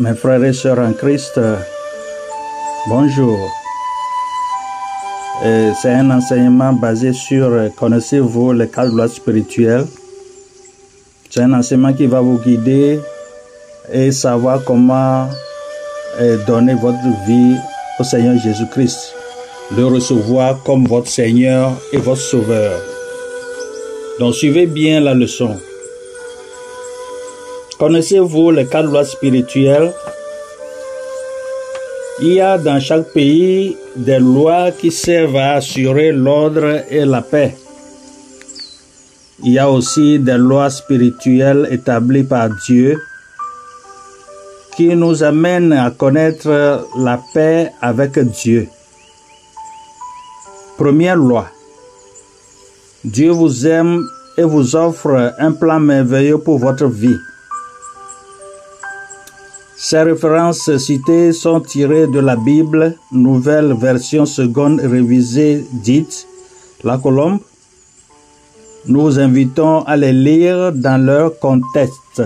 Mes frères et sœurs en Christ, bonjour. C'est un enseignement basé sur connaissez-vous les 4 lois spirituelles. C'est un enseignement qui va vous guider et savoir comment donner votre vie au Seigneur Jésus-Christ, le recevoir comme votre Seigneur et votre Sauveur. Donc suivez bien la leçon. Connaissez-vous les 4 lois spirituelles? Il y a dans chaque pays des lois qui servent à assurer l'ordre et la paix. Il y a aussi des lois spirituelles établies par Dieu qui nous amènent à connaître la paix avec Dieu. Première loi. Dieu vous aime et vous offre un plan merveilleux pour votre vie. Ces références citées sont tirées de la Bible, nouvelle version seconde révisée dite La Colombe. Nous vous invitons à les lire dans leur contexte.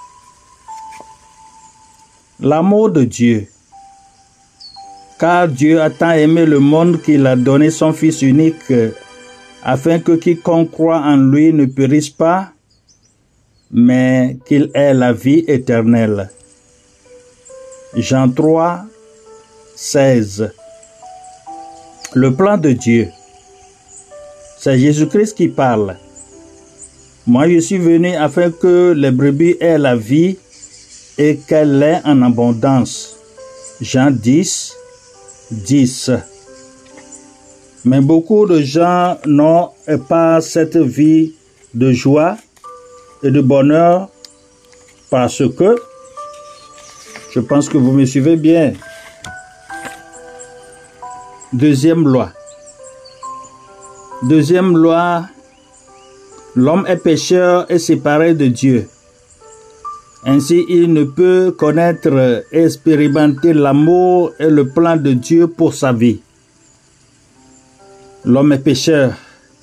L'amour de Dieu. Car Dieu a tant aimé le monde qu'il a donné son Fils unique, afin que quiconque croit en lui ne périsse pas, mais qu'il ait la vie éternelle. Jean 3, 16. Le plan de Dieu. C'est Jésus-Christ qui parle. Moi, je suis venu afin que les brebis aient la vie et qu'elle l'ait en abondance. Jean 10, 10. Mais beaucoup de gens n'ont pas cette vie de joie et de bonheur parce que, je pense que vous me suivez bien. Deuxième loi. Deuxième loi, l'homme est pécheur et séparé de Dieu. Ainsi, il ne peut connaître et expérimenter l'amour et le plan de Dieu pour sa vie. L'homme est pécheur.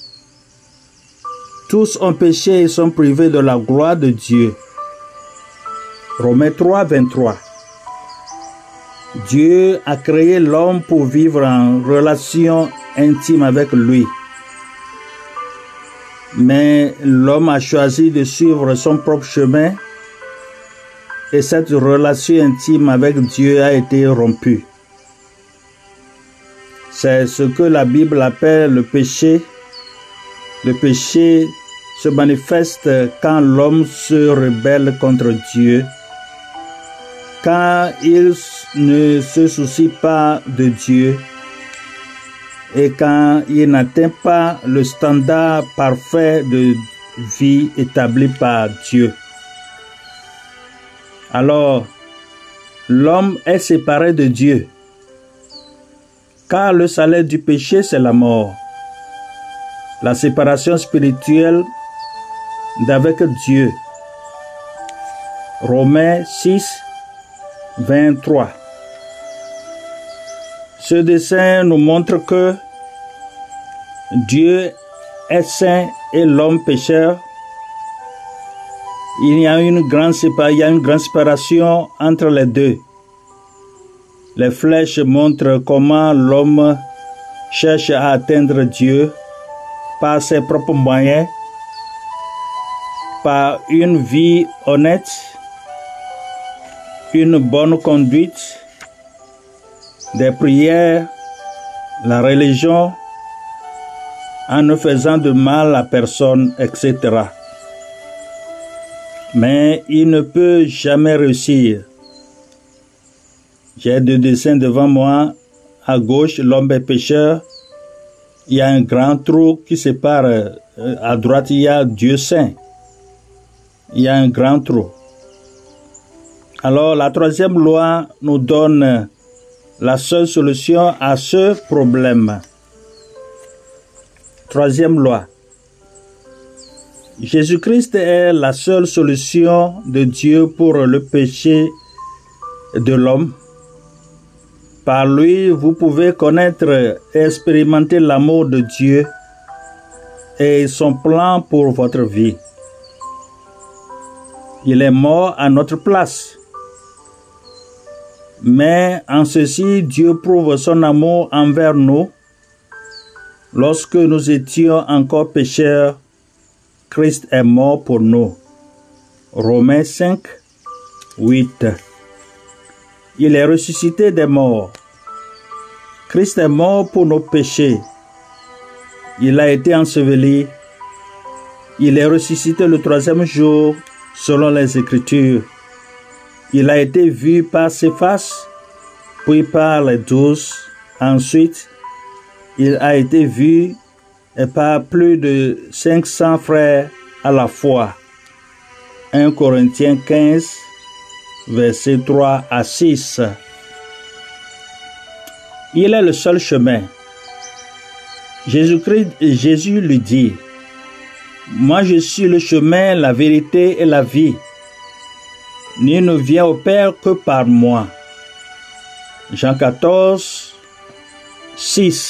Tous ont péché et sont privés de la gloire de Dieu. Romains 3, 23. Dieu a créé l'homme pour vivre en relation intime avec lui. Mais l'homme a choisi de suivre son propre chemin et cette relation intime avec Dieu a été rompue. C'est ce que la Bible appelle le péché. Le péché se manifeste quand l'homme se rebelle contre Dieu, quand il ne se soucie pas de Dieu et quand il n'atteint pas le standard parfait de vie établi par Dieu. Alors, l'homme est séparé de Dieu, car le salaire du péché, c'est la mort. La séparation spirituelle d'avec Dieu. Romains 6, 23. Ce dessin nous montre que Dieu est saint et l'homme pécheur. Il y a une grande séparation entre les deux. Les flèches montrent comment l'homme cherche à atteindre Dieu par ses propres moyens, par une vie honnête, une bonne conduite, des prières, la religion, en ne faisant de mal à personne, etc. Mais il ne peut jamais réussir. J'ai 2 dessins devant moi. À gauche, l'homme est pécheur. Il y a un grand trou qui sépare. À droite, il y a Dieu saint. Il y a un grand trou. Alors, la 3e loi nous donne la seule solution à ce problème. 3e loi. Jésus-Christ est la seule solution de Dieu pour le péché de l'homme. Par lui, vous pouvez connaître et expérimenter l'amour de Dieu et son plan pour votre vie. Il est mort à notre place. Mais en ceci, Dieu prouve son amour envers nous. Lorsque nous étions encore pécheurs, Christ est mort pour nous. Romains 5, 8. Il est ressuscité des morts. Christ est mort pour nos péchés. Il a été enseveli. Il est ressuscité le 3e jour selon les Écritures. Il a été vu par Céphas, puis par les 12. Ensuite, il a été vu par plus de 500 frères à la fois. 1 Corinthiens 15, versets 3 à 6. Il est le seul chemin. Jésus lui dit, « Moi je suis le chemin, la vérité et la vie. Nul ne vient au Père que par moi. » Jean 14, 6.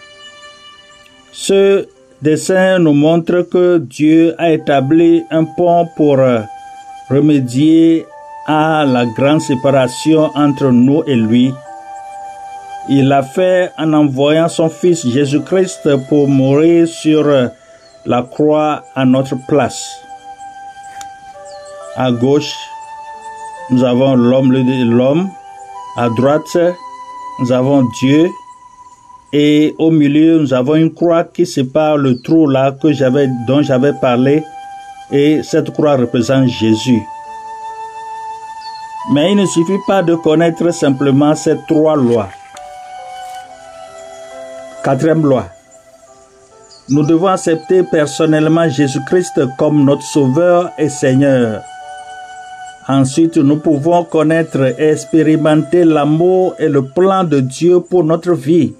Ce dessin nous montre que Dieu a établi un pont pour remédier à la grande séparation entre nous et lui. Il l'a fait en envoyant son Fils Jésus-Christ pour mourir sur la croix à notre place. À gauche, nous avons l'homme. À droite, nous avons Dieu. Et au milieu, nous avons une croix qui sépare le trou là dont j'avais parlé. Et cette croix représente Jésus. Mais il ne suffit pas de connaître simplement ces 3 lois. 4e loi. Nous devons accepter personnellement Jésus-Christ comme notre Sauveur et Seigneur. Ensuite, nous pouvons connaître et expérimenter l'amour et le plan de Dieu pour notre vie.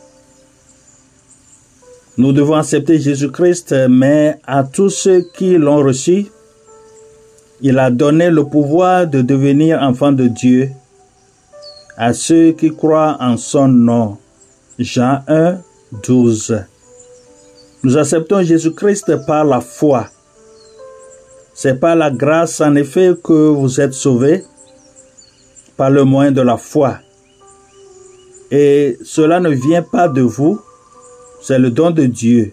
Nous devons accepter Jésus-Christ, mais à tous ceux qui l'ont reçu, il a donné le pouvoir de devenir enfants de Dieu, à ceux qui croient en son nom. Jean 1, 12. Nous acceptons Jésus-Christ par la foi. C'est par la grâce, en effet, que vous êtes sauvés, par le moyen de la foi. Et cela ne vient pas de vous, c'est le don de Dieu.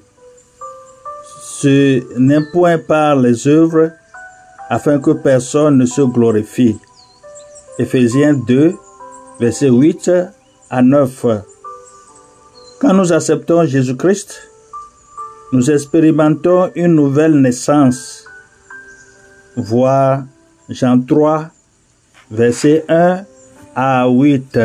Ce n'est point par les œuvres, afin que personne ne se glorifie. Éphésiens 2, versets 8 à 9. Quand nous acceptons Jésus-Christ, nous expérimentons une nouvelle naissance. Voir Jean 3, versets 1 à 8.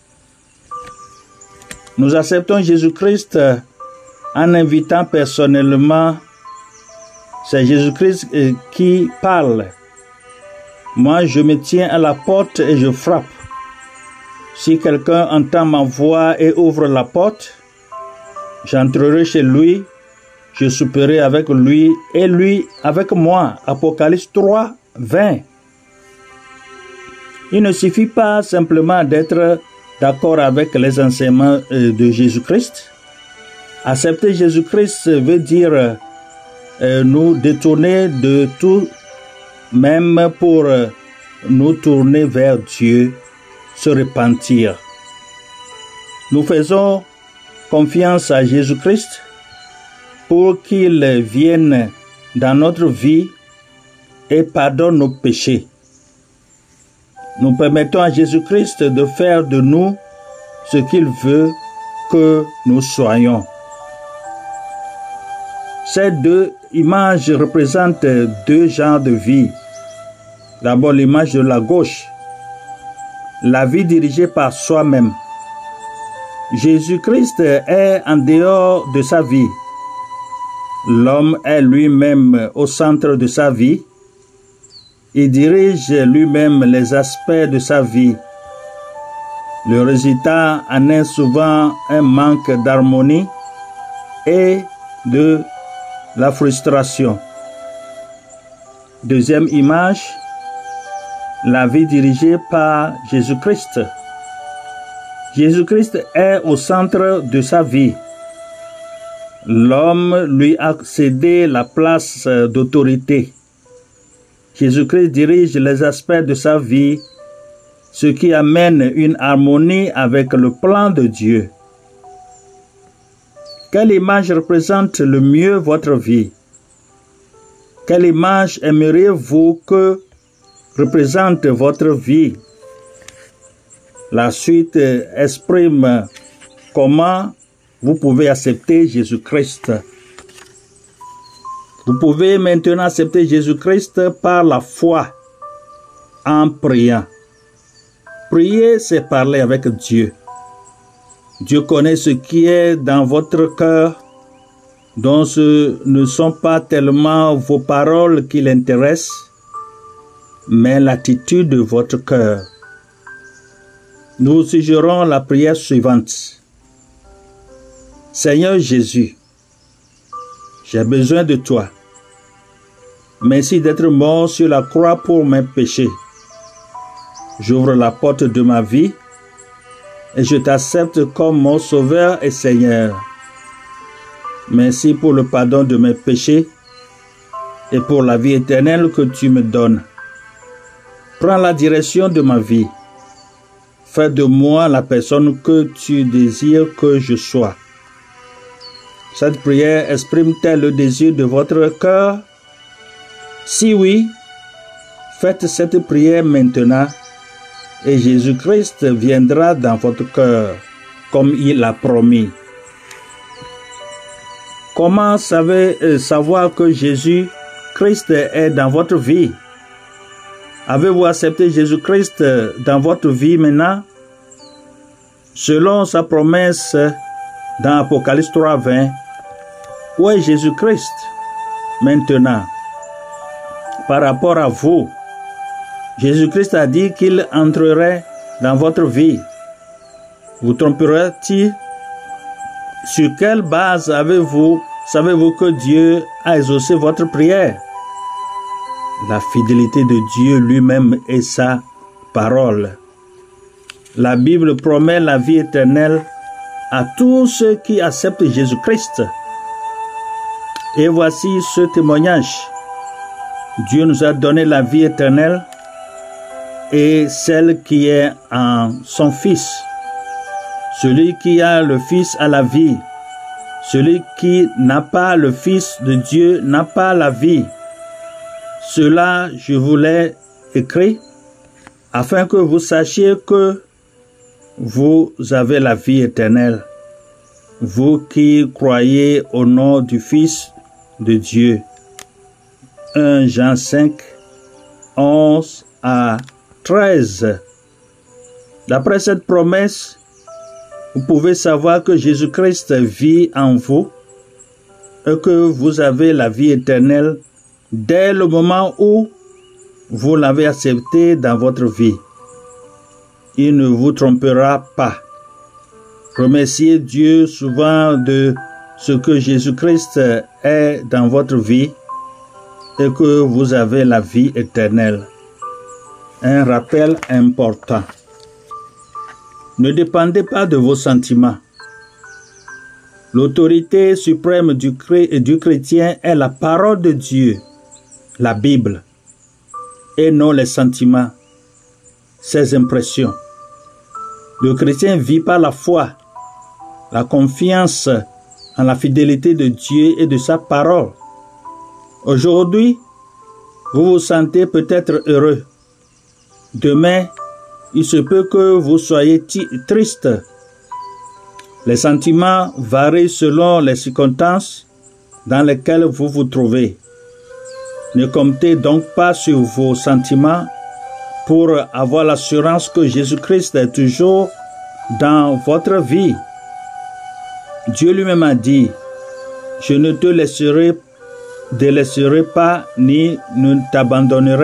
Nous acceptons Jésus-Christ en invitant personnellement. C'est Jésus-Christ qui parle. Moi, je me tiens à la porte et je frappe. Si quelqu'un entend ma voix et ouvre la porte, j'entrerai chez lui, je souperai avec lui et lui avec moi. Apocalypse 3, 20. Il ne suffit pas simplement d'être d'accord avec les enseignements de Jésus-Christ. Accepter Jésus-Christ veut dire nous détourner de tout, même pour nous tourner vers Dieu, se repentir. Nous faisons confiance à Jésus-Christ pour qu'il vienne dans notre vie et pardonne nos péchés. Nous permettons à Jésus-Christ de faire de nous ce qu'il veut que nous soyons. Ces 2 images représentent 2 genres de vie. D'abord, l'image de la gauche, la vie dirigée par soi-même. Jésus-Christ est en dehors de sa vie. L'homme est lui-même au centre de sa vie. Il dirige lui-même les aspects de sa vie. Le résultat en est souvent un manque d'harmonie et de la frustration. Deuxième image, la vie dirigée par Jésus-Christ. Jésus-Christ est au centre de sa vie. L'homme lui a cédé la place d'autorité. Jésus-Christ dirige les aspects de sa vie ce qui amène une harmonie avec le plan de Dieu. Quelle image représente le mieux votre vie? Quelle image aimeriez-vous que représente votre vie? La suite exprime comment vous pouvez accepter Jésus-Christ. Vous pouvez maintenant accepter Jésus-Christ par la foi en priant. Prier, c'est parler avec Dieu. Dieu connaît ce qui est dans votre cœur, dont ce ne sont pas tellement vos paroles qui l'intéressent, mais l'attitude de votre cœur. Nous suggérons la prière suivante. Seigneur Jésus, j'ai besoin de toi. Merci d'être mort sur la croix pour mes péchés. J'ouvre la porte de ma vie et je t'accepte comme mon Sauveur et Seigneur. Merci pour le pardon de mes péchés et pour la vie éternelle que tu me donnes. Prends la direction de ma vie. Fais de moi la personne que tu désires que je sois. Cette prière exprime-t-elle le désir de votre cœur? Si oui, faites cette prière maintenant et Jésus-Christ viendra dans votre cœur comme il l'a promis. Comment savoir que Jésus-Christ est dans votre vie? Avez-vous accepté Jésus-Christ dans votre vie maintenant? Selon sa promesse dans Apocalypse 3:20, où est Jésus-Christ maintenant par rapport à vous? Jésus-Christ a dit qu'il entrerait dans votre vie. Vous tromperez-il? Sur quelle base savez-vous que Dieu a exaucé votre prière? La fidélité de Dieu lui-même et sa parole. La Bible promet la vie éternelle à tous ceux qui acceptent Jésus-Christ. Et voici ce témoignage. Dieu nous a donné la vie éternelle et celle qui est en son Fils. Celui qui a le Fils a la vie. Celui qui n'a pas le Fils de Dieu n'a pas la vie. Cela, je vous l'ai écrit, afin que vous sachiez que vous avez la vie éternelle, vous qui croyez au nom du Fils de Dieu. 1 Jean 5, 11 à 13. D'après cette promesse, vous pouvez savoir que Jésus-Christ vit en vous et que vous avez la vie éternelle dès le moment où vous l'avez accepté dans votre vie. Il ne vous trompera pas. Remerciez Dieu souvent de ce que Jésus-Christ est dans votre vie et que vous avez la vie éternelle. Un rappel important. Ne dépendez pas de vos sentiments. L'autorité suprême du chrétien est la parole de Dieu, la Bible, et non les sentiments, ses impressions. Le chrétien vit par la foi, la confiance en la fidélité de Dieu et de sa parole. Aujourd'hui, vous vous sentez peut-être heureux. Demain, il se peut que vous soyez triste. Les sentiments varient selon les circonstances dans lesquelles vous vous trouvez. Ne comptez donc pas sur vos sentiments pour avoir l'assurance que Jésus-Christ est toujours dans votre vie. Dieu lui-même a dit, « Je ne te délaisserai pas ni ne t'abandonnerai. »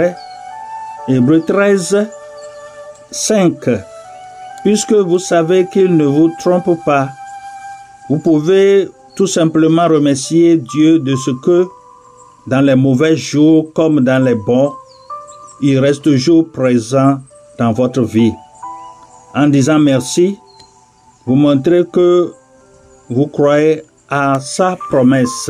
Hébreux 13, 5. Puisque vous savez qu'il ne vous trompe pas, vous pouvez tout simplement remercier Dieu de ce que, dans les mauvais jours comme dans les bons, il reste toujours présent dans votre vie. En disant merci, vous montrez que vous croyez à sa promesse.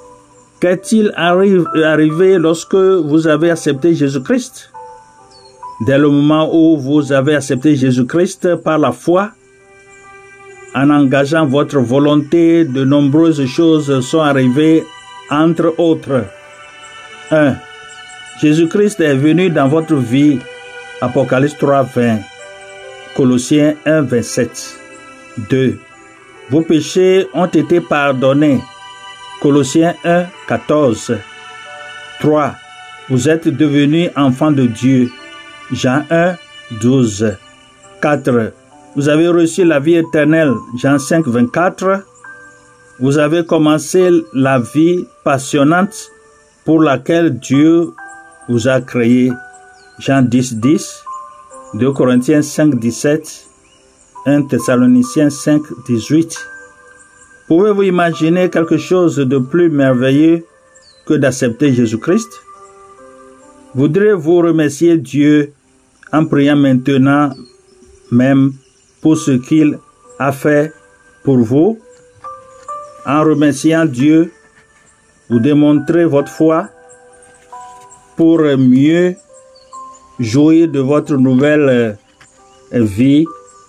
Qu'est-il arrivé lorsque vous avez accepté Jésus-Christ? Dès le moment où vous avez accepté Jésus-Christ par la foi, en engageant votre volonté, de nombreuses choses sont arrivées, entre autres. 1. Jésus-Christ est venu dans votre vie. Apocalypse 3, 20. Colossiens 1, 27. 2. Vos péchés ont été pardonnés. Colossiens 1, 14. 3. Vous êtes devenus enfants de Dieu. Jean 1, 12. 4. Vous avez reçu la vie éternelle. Jean 5, 24. Vous avez commencé la vie passionnante pour laquelle Dieu vous a créé. Jean 10, 10. 2 Corinthiens 5, 17. 1 Thessaloniciens 5, 18. Pouvez-vous imaginer quelque chose de plus merveilleux que d'accepter Jésus-Christ? Voudrez-vous remercier Dieu en priant maintenant même pour ce qu'il a fait pour vous? En remerciant Dieu, vous démontrez votre foi pour mieux jouir de votre nouvelle vie.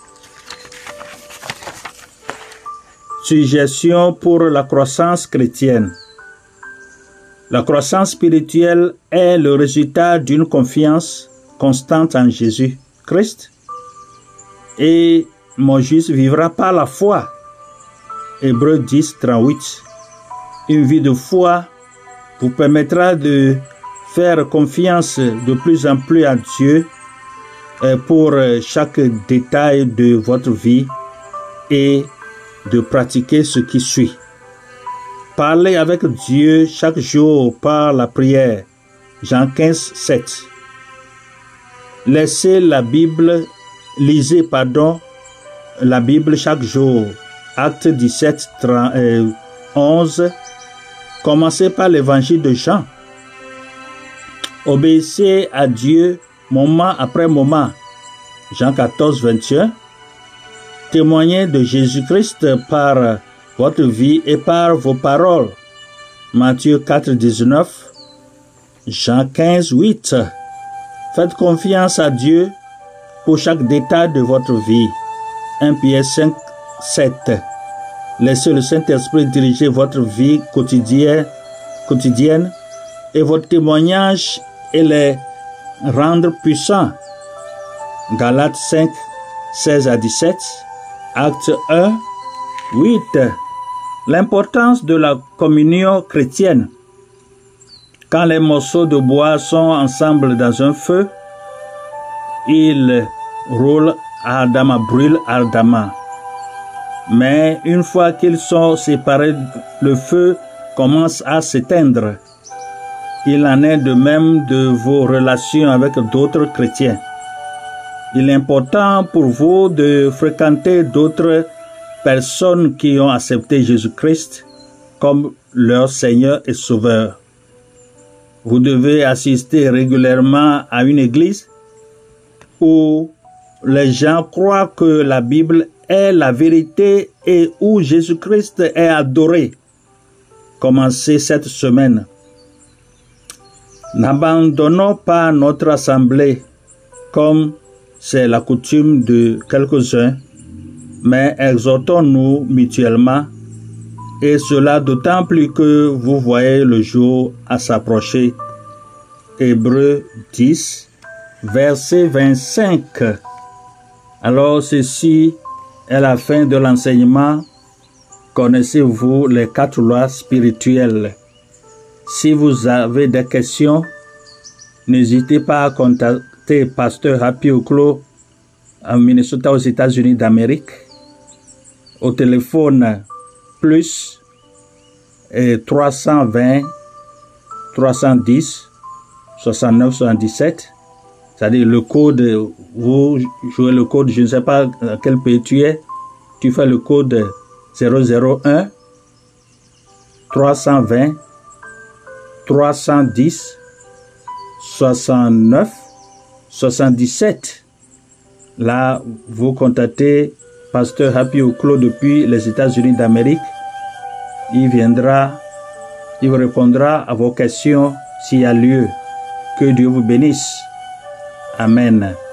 Suggestion pour la croissance chrétienne. La croissance spirituelle est le résultat d'une confiance constante en Jésus-Christ. Et mon juste vivra par la foi. Hébreux 10, 38. Une vie de foi vous permettra de faire confiance de plus en plus à Dieu pour chaque détail de votre vie et de pratiquer ce qui suit. Parlez avec Dieu chaque jour par la prière. Jean 15, 7. Lisez la Bible chaque jour. Acte 17, 11. Commencez par l'évangile de Jean. Obéissez à Dieu moment après moment. Jean 14, 21. Témoignez de Jésus-Christ par votre vie et par vos paroles. Matthieu 4, 19. Jean 15, 8. Faites confiance à Dieu pour chaque détail de votre vie. 1 Pierre 5, 7. Laissez le Saint-Esprit diriger votre vie quotidienne et votre témoignage et les rendre puissants. Galates 5, 16 à 17. Acte 1, 8. L'importance de la communion chrétienne. Quand les morceaux de bois sont ensemble dans un feu, ils roulent ardemment, brûlent ardemment. Mais une fois qu'ils sont séparés, le feu commence à s'éteindre. Il en est de même de vos relations avec d'autres chrétiens. Il est important pour vous de fréquenter d'autres personnes qui ont accepté Jésus-Christ comme leur Seigneur et Sauveur. Vous devez assister régulièrement à une église où les gens croient que la Bible est la vérité et où Jésus-Christ est adoré. Commencez cette semaine. N'abandonnons pas notre assemblée comme c'est la coutume de quelques-uns, mais exhortons-nous mutuellement, et cela d'autant plus que vous voyez le jour à s'approcher. Hébreux 10, verset 25. Alors ceci est la fin de l'enseignement. Connaissez-vous les 4 lois spirituelles? Si vous avez des questions, n'hésitez pas à contacter Pasteur Happy Oklo en Minnesota aux États-Unis d'Amérique au téléphone plus 320 310 69 77, c'est-à-dire le code, vous jouez le code, je ne sais pas à quel pays tu es, tu fais le code 001 320 310 69 77. Là, vous contactez Pasteur Happy Oklo depuis les États-Unis d'Amérique. Il vous répondra à vos questions s'il y a lieu. Que Dieu vous bénisse. Amen.